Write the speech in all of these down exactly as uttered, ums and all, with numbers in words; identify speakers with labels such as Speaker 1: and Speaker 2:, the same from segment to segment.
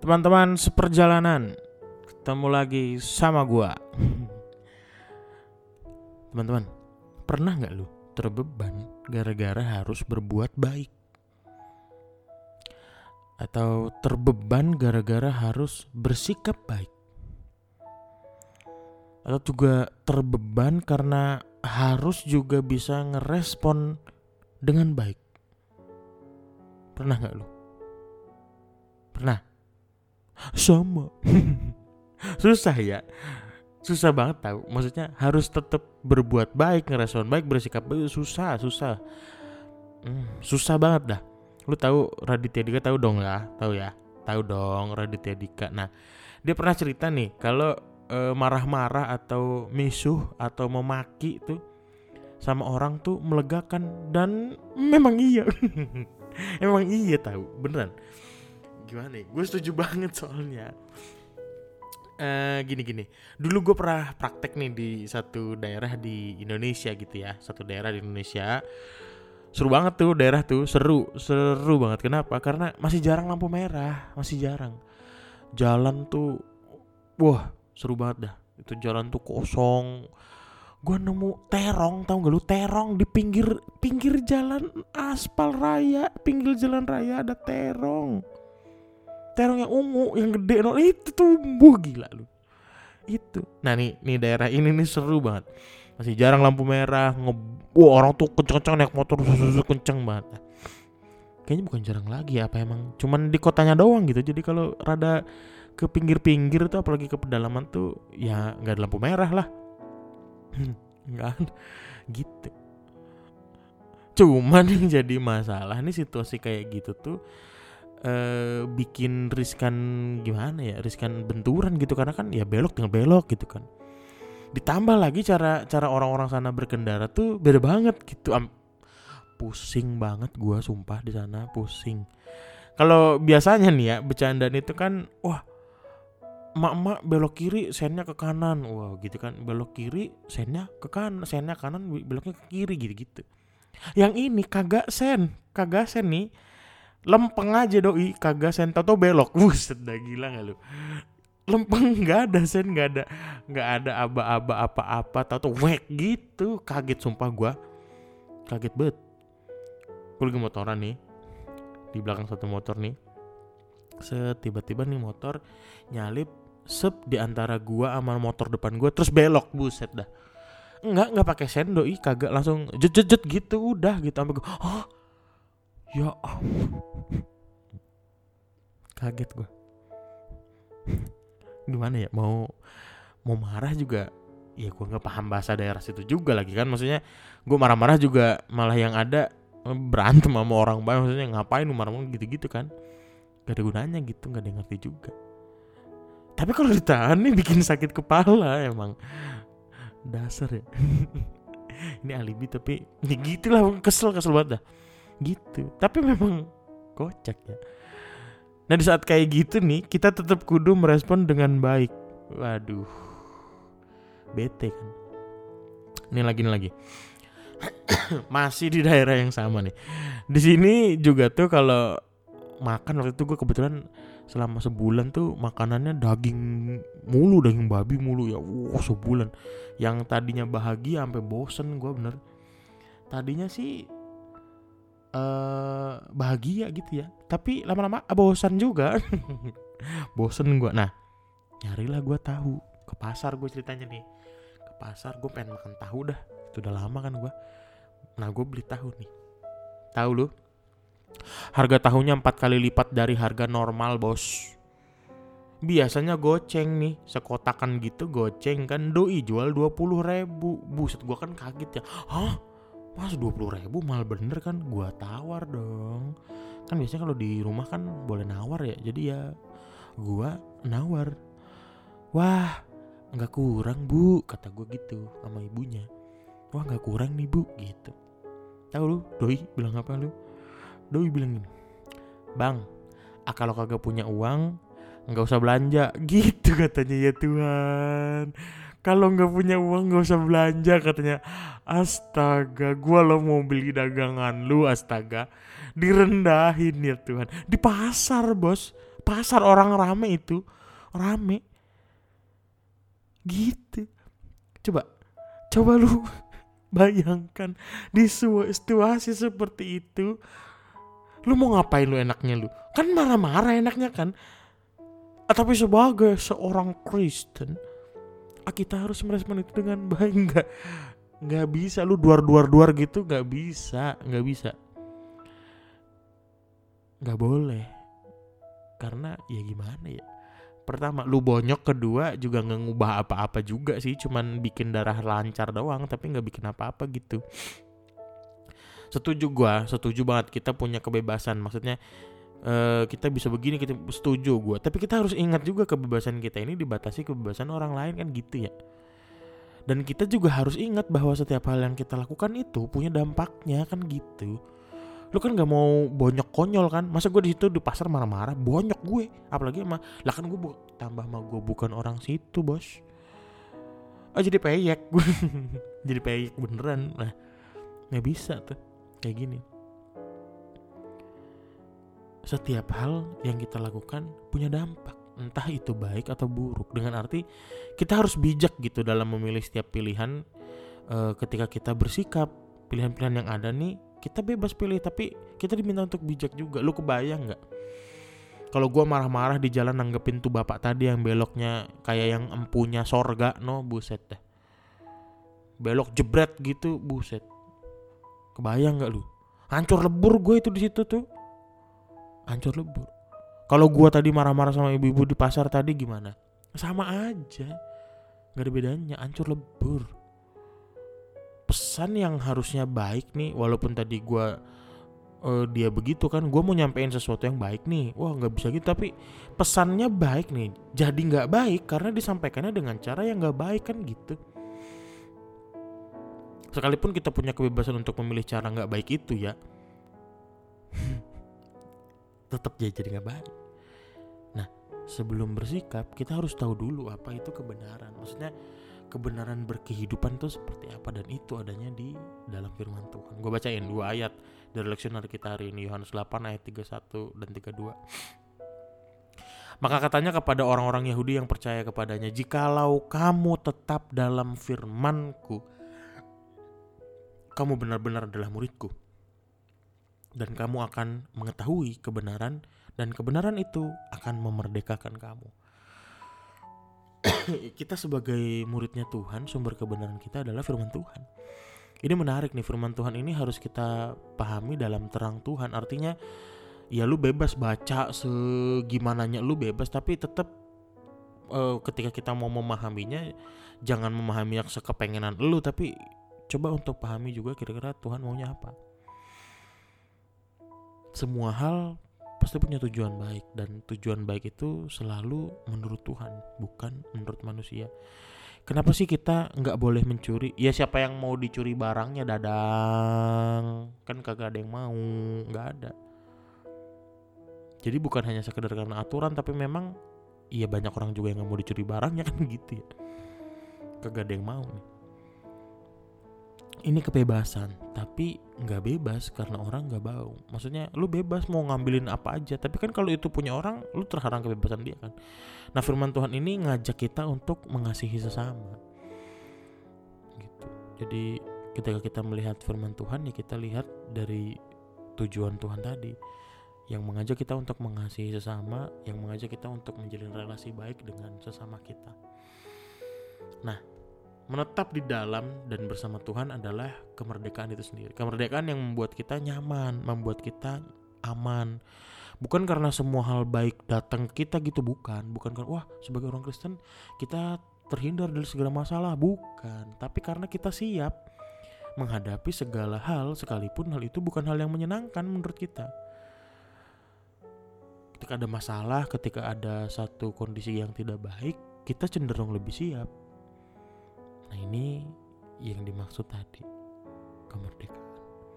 Speaker 1: Teman-teman seperjalanan, ketemu lagi sama gua. Teman-teman, pernah gak lu terbeban gara-gara harus berbuat baik? Atau terbeban gara-gara harus bersikap baik? Atau juga terbeban karena harus juga bisa ngerespon dengan baik? Pernah gak lu? Pernah? Sama. Susah ya. Susah banget tahu. Maksudnya harus tetap berbuat baik, ngerespon baik, bersikap baik. Susah, susah. Hmm, susah banget dah. Lu tahu Raditya Dika, tahu dong ya? Tahu ya? Tahu dong Raditya Dika. Nah, dia pernah cerita nih kalau e, marah-marah atau misuh atau memaki tuh sama orang tuh melegakan, dan memang iya. Emang iya tahu, beneran. Gimana nih? Gue setuju banget soalnya. Uh, gini-gini. Dulu gue pernah praktek nih di satu daerah di Indonesia gitu ya. Satu daerah di Indonesia. Seru banget tuh daerah tuh. Seru. Seru banget. Kenapa? Karena masih jarang lampu merah. Masih jarang. Jalan tuh, wah seru banget dah. Itu jalan tuh kosong. Gue nemu terong. Tahu gak lu? Terong di pinggir pinggir jalan aspal raya. Pinggir jalan raya ada terong. Terong yang ungu, yang gede, no, itu tumbuh gila lu. Itu. Nah nih, nih daerah ini nih seru banget. Masih jarang lampu merah, nge- wah orang tuh kenceng-kenceng naik motor, susu kenceng banget. Nah, kayaknya bukan jarang lagi ya, apa emang cuman di kotanya doang gitu. Jadi kalau rada ke pinggir-pinggir tuh, apalagi ke pedalaman tuh, ya nggak ada lampu merah lah. Nggak ada, gitu. Cuman yang jadi masalah nih situasi kayak gitu tuh. Uh, bikin riskan gimana ya, riskan benturan gitu, karena kan ya belok tinggal belok gitu kan. Ditambah lagi cara cara orang-orang sana berkendara tuh beda banget gitu. Am- pusing banget gua sumpah di sana, pusing. Kalau biasanya nih ya bercandaan itu kan, wah emak-emak belok kiri sennya ke kanan, wah gitu kan, belok kiri sennya ke kanan, sennya kanan beloknya ke kiri gitu-gitu. Yang ini kagak sen, kagak sen nih. Lempeng aja doi, kagak sen, tau belok. Buset dah, gila gak lu? Lempeng, gak ada sen, gak ada Gak ada aba-aba apa-apa, tau-tau wek gitu. Kaget sumpah gua, kaget banget. Gue lagi motoran nih, di belakang satu motor nih. Set, tiba-tiba nih motor nyalip sep di antara gua sama motor depan gua, terus belok. Buset dah. Enggak, enggak pakai sen doi, kagak, langsung jet-jet gitu udah gitu. Sampai gua, "Hah? Ya ampun." Kaget gue. Gimana ya, mau mau marah juga ya gue nggak paham bahasa daerah situ juga lagi kan. Maksudnya gue marah-marah juga malah yang ada berantem sama orang banyak. Maksudnya ngapain lu marah-marah gitu-gitu kan, gak ada gunanya gitu, gak ada yang ngerti juga. Tapi kalau ditahan nih bikin sakit kepala emang. Dasar ya. Ini alibi tapi ya gitulah, kesel kesel banget dah gitu. Tapi memang kocak ya. Nah di saat kayak gitu nih, kita tetap kudu merespon dengan baik. Waduh, bete kan. Ini lagi nih lagi. Masih di daerah yang sama nih. Di sini juga tuh kalau makan, waktu itu gue kebetulan selama sebulan tuh makanannya daging mulu, daging babi mulu ya. Wow, sebulan. Yang tadinya bahagia sampai bosen gue bener. Tadinya sih Uh, bahagia gitu ya, tapi lama-lama bosan juga. Bosen gue. Nah nyarilah gue tahu ke pasar. Gue ceritanya nih, ke pasar gue pengen makan tahu dah. Itu udah lama kan gue. Nah gue beli tahu nih. Tahu lu, harga tahunya empat kali lipat dari harga normal bos. Biasanya goceng nih, sekotakan gitu goceng kan, doi jual dua puluh ribu. Buset, gue kan kaget ya. Hah? Mas dua puluh ribu mahal bener kan? Gua tawar dong. Kan biasanya kalau di rumah kan boleh nawar ya. Jadi ya gua nawar. Wah, gak kurang bu, kata gua gitu sama ibunya. Wah gak kurang nih bu, gitu. Tahu lu doi bilang apa lu? Doi bilang gini, "Bang, ah, kalau kagak punya uang gak usah belanja." Gitu katanya. Ya Tuhan, kalau nggak punya uang nggak usah belanja katanya. Astaga, gue lo mau beli dagangan lu, astaga, direndahin ya Tuhan. Di pasar bos, pasar orang rame itu, rame. Gitu. Coba, coba lu bayangkan di situasi seperti itu, lu mau ngapain lu enaknya lu? Kan marah-marah enaknya kan. Tapi sebagai seorang Kristen, kita harus merespon itu dengan baik. Nggak, nggak bisa lu duar-duar-duar gitu, nggak bisa, nggak bisa, nggak boleh. Karena ya gimana ya? Pertama, lu bonyok. Kedua, juga nggak ngubah apa-apa juga sih, cuman bikin darah lancar doang, tapi nggak bikin apa-apa gitu. Setuju gua, setuju banget kita punya kebebasan. Maksudnya uh, kita bisa begini, kita setuju gua. Tapi kita harus ingat juga kebebasan kita ini dibatasi kebebasan orang lain kan gitu ya. Dan kita juga harus ingat bahwa setiap hal yang kita lakukan itu punya dampaknya kan gitu. Lu kan nggak mau bonyok konyol kan? Masa gue di situ di pasar marah-marah, bonyok gue. Apalagi emang, lah kan gue bu- tambah mah gue bukan orang situ bos. Oh jadi peyek gue, jadi peyek beneran. Nah nggak bisa tuh kayak gini. Setiap hal yang kita lakukan punya dampak, entah itu baik atau buruk. Dengan arti kita harus bijak gitu dalam memilih setiap pilihan. E, ketika kita bersikap, pilihan-pilihan yang ada nih kita bebas pilih, tapi kita diminta untuk bijak juga. Lu kebayang gak kalau gue marah-marah di jalan nanggepin tuh bapak tadi yang beloknya kayak yang empunya sorga, no buset dah, belok jebret gitu, buset. Kebayang gak lu? Hancur lebur gue itu di situ tuh, hancur lebur. Kalau gue tadi marah-marah sama ibu-ibu di pasar tadi gimana? Sama aja, gak ada bedanya, hancur lebur. Pesan yang harusnya baik nih, walaupun tadi gue uh, dia begitu kan, gue mau nyampein sesuatu yang baik nih, wah nggak bisa gitu, tapi pesannya baik nih, jadi nggak baik karena disampaikannya dengan cara yang nggak baik kan gitu. Sekalipun kita punya kebebasan untuk memilih cara nggak baik itu ya, tetap jadi nggak baik. Nah sebelum bersikap kita harus tahu dulu apa itu kebenaran. Maksudnya kebenaran berkehidupan itu seperti apa, dan itu adanya di dalam firman Tuhan. Gue bacain dua ayat dari leksioner kita hari ini, Yohanes delapan ayat tiga puluh satu dan tiga puluh dua. Maka katanya kepada orang-orang Yahudi yang percaya kepadanya, jikalau kamu tetap dalam firman-Ku, kamu benar-benar adalah murid-Ku, dan kamu akan mengetahui kebenaran, dan kebenaran itu akan memerdekakan kamu. Kita sebagai muridnya Tuhan, sumber kebenaran kita adalah firman Tuhan. Ini menarik nih, firman Tuhan ini harus kita pahami dalam terang Tuhan. Artinya ya lu bebas baca segimananya lu bebas, tapi tetap uh, ketika kita mau memahaminya, jangan memahami yang sekepengenan lu, tapi coba untuk pahami juga kira-kira Tuhan maunya apa. Semua hal pasti punya tujuan baik, dan tujuan baik itu selalu menurut Tuhan, bukan menurut manusia. Kenapa sih kita nggak boleh mencuri? Ya siapa yang mau dicuri barangnya, dadang? Kan kagak ada yang mau, nggak ada. Jadi bukan hanya sekedar karena aturan, tapi memang iya banyak orang juga yang nggak mau dicuri barangnya kan gitu ya. Kagak ada yang mau nih. Ini kebebasan, tapi nggak bebas karena orang nggak mau. Maksudnya lu bebas mau ngambilin apa aja, tapi kan kalau itu punya orang, lu terhalang kebebasan dia kan. Nah firman Tuhan ini ngajak kita untuk mengasihi sesama gitu. Jadi ketika kita melihat firman Tuhan, ya kita lihat dari tujuan Tuhan tadi, yang mengajak kita untuk mengasihi sesama, yang mengajak kita untuk menjalin relasi baik dengan sesama kita. Nah menetap di dalam dan bersama Tuhan adalah kemerdekaan itu sendiri. Kemerdekaan yang membuat kita nyaman, membuat kita aman. Bukan karena semua hal baik datang ke kita gitu, bukan. Bukan karena wah sebagai orang Kristen kita terhindar dari segala masalah, bukan. Tapi karena kita siap menghadapi segala hal, sekalipun hal itu bukan hal yang menyenangkan menurut kita. Ketika ada masalah, ketika ada satu kondisi yang tidak baik, kita cenderung lebih siap. Nah ini yang dimaksud tadi, kemerdekaan.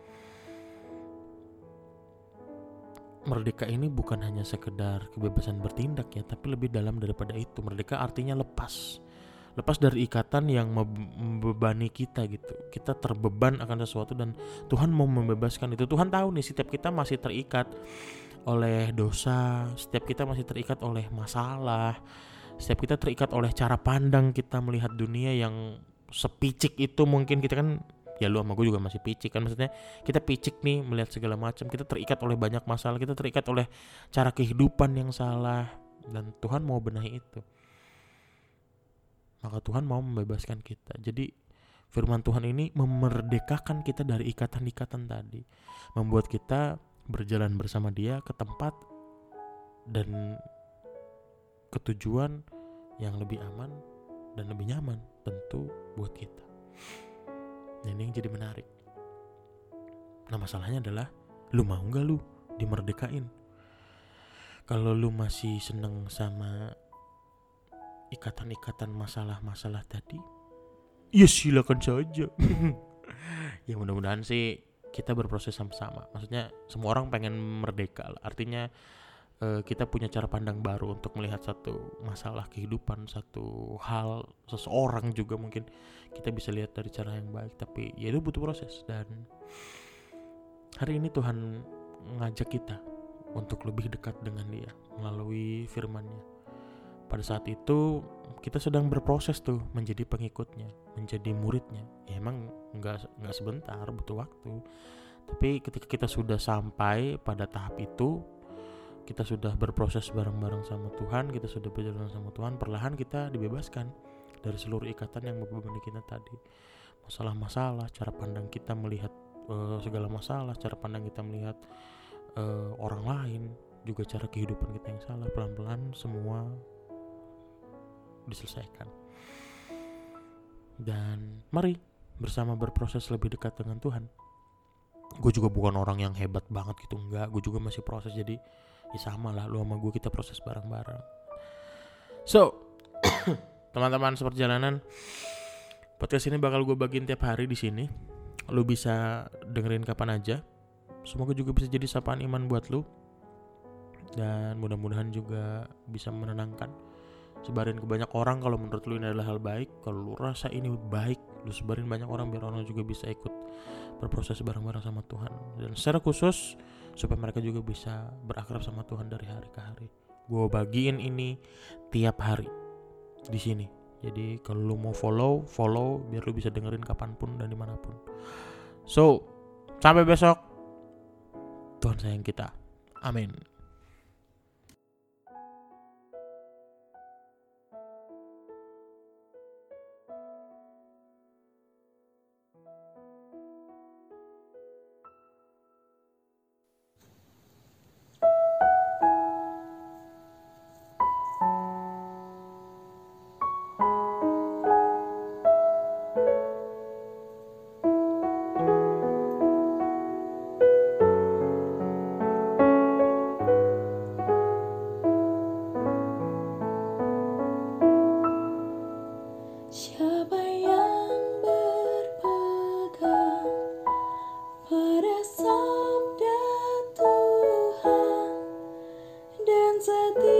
Speaker 1: Merdeka ini bukan hanya sekedar kebebasan bertindak ya, tapi lebih dalam daripada itu. Merdeka artinya lepas. Lepas dari ikatan yang membebani kita gitu. Kita terbeban akan sesuatu dan Tuhan mau membebaskan itu. Tuhan tahu nih setiap kita masih terikat oleh dosa, setiap kita masih terikat oleh masalah, setiap kita terikat oleh cara pandang kita melihat dunia yang sepicik itu. Mungkin kita kan, ya lu sama gue juga masih picik kan, maksudnya kita picik nih melihat segala macam, kita terikat oleh banyak masalah, kita terikat oleh cara kehidupan yang salah, dan Tuhan mau benahi itu. Maka Tuhan mau membebaskan kita. Jadi firman Tuhan ini memerdekakan kita dari ikatan-ikatan tadi, membuat kita berjalan bersama Dia ke tempat dan ke tujuan yang lebih aman dan lebih nyaman tentu buat kita. Nah, ini yang jadi menarik. Nah, masalahnya adalah lu mau gak lu dimerdekain? Kalau lu masih seneng sama ikatan-ikatan masalah-masalah tadi, ya silakan saja. Ya mudah-mudahan sih kita berproses sama-sama. Maksudnya semua orang pengen merdeka lah. Artinya uh, kita punya cara pandang baru untuk melihat satu masalah kehidupan, satu hal, seseorang juga mungkin kita bisa lihat dari cara yang baik. Tapi ya itu butuh proses. Dan hari ini Tuhan ngajak kita untuk lebih dekat dengan Dia melalui firman-Nya. Pada saat itu kita sedang berproses tuh menjadi pengikutnya, menjadi muridnya. Ya emang gak, gak sebentar, butuh waktu. Tapi ketika kita sudah sampai pada tahap itu, kita sudah berproses bareng-bareng sama Tuhan, kita sudah berjalan sama Tuhan, perlahan kita dibebaskan dari seluruh ikatan yang membebani kita tadi. Masalah-masalah, cara pandang kita melihat uh, segala masalah, cara pandang kita melihat uh, orang lain, juga cara kehidupan kita yang salah, pelan-pelan semua diselesaikan. Dan mari bersama berproses lebih dekat dengan Tuhan. Gue juga bukan orang yang hebat banget gitu, enggak. Gue juga masih proses, jadi ya sama lah lu sama gue, kita proses bareng-bareng. So teman-teman seperjalanan, podcast ini bakal gue bagiin tiap hari di sini. Lu bisa dengerin kapan aja. Semoga juga bisa jadi sapaan iman buat lu, dan mudah-mudahan juga bisa menenangkan. Sebarin ke banyak orang kalau menurut lu ini adalah hal baik. Kalau lu rasa ini baik, lu sebarin banyak orang biar orang juga bisa ikut berproses bareng-bareng sama Tuhan. Dan secara khusus supaya mereka juga bisa berakrab sama Tuhan dari hari ke hari. Gue bagiin ini tiap hari di sini. Jadi kalau lu mau follow, follow biar lu bisa dengerin kapanpun dan dimanapun. So, sampai besok. Tuhan sayang kita. Amin.
Speaker 2: Setia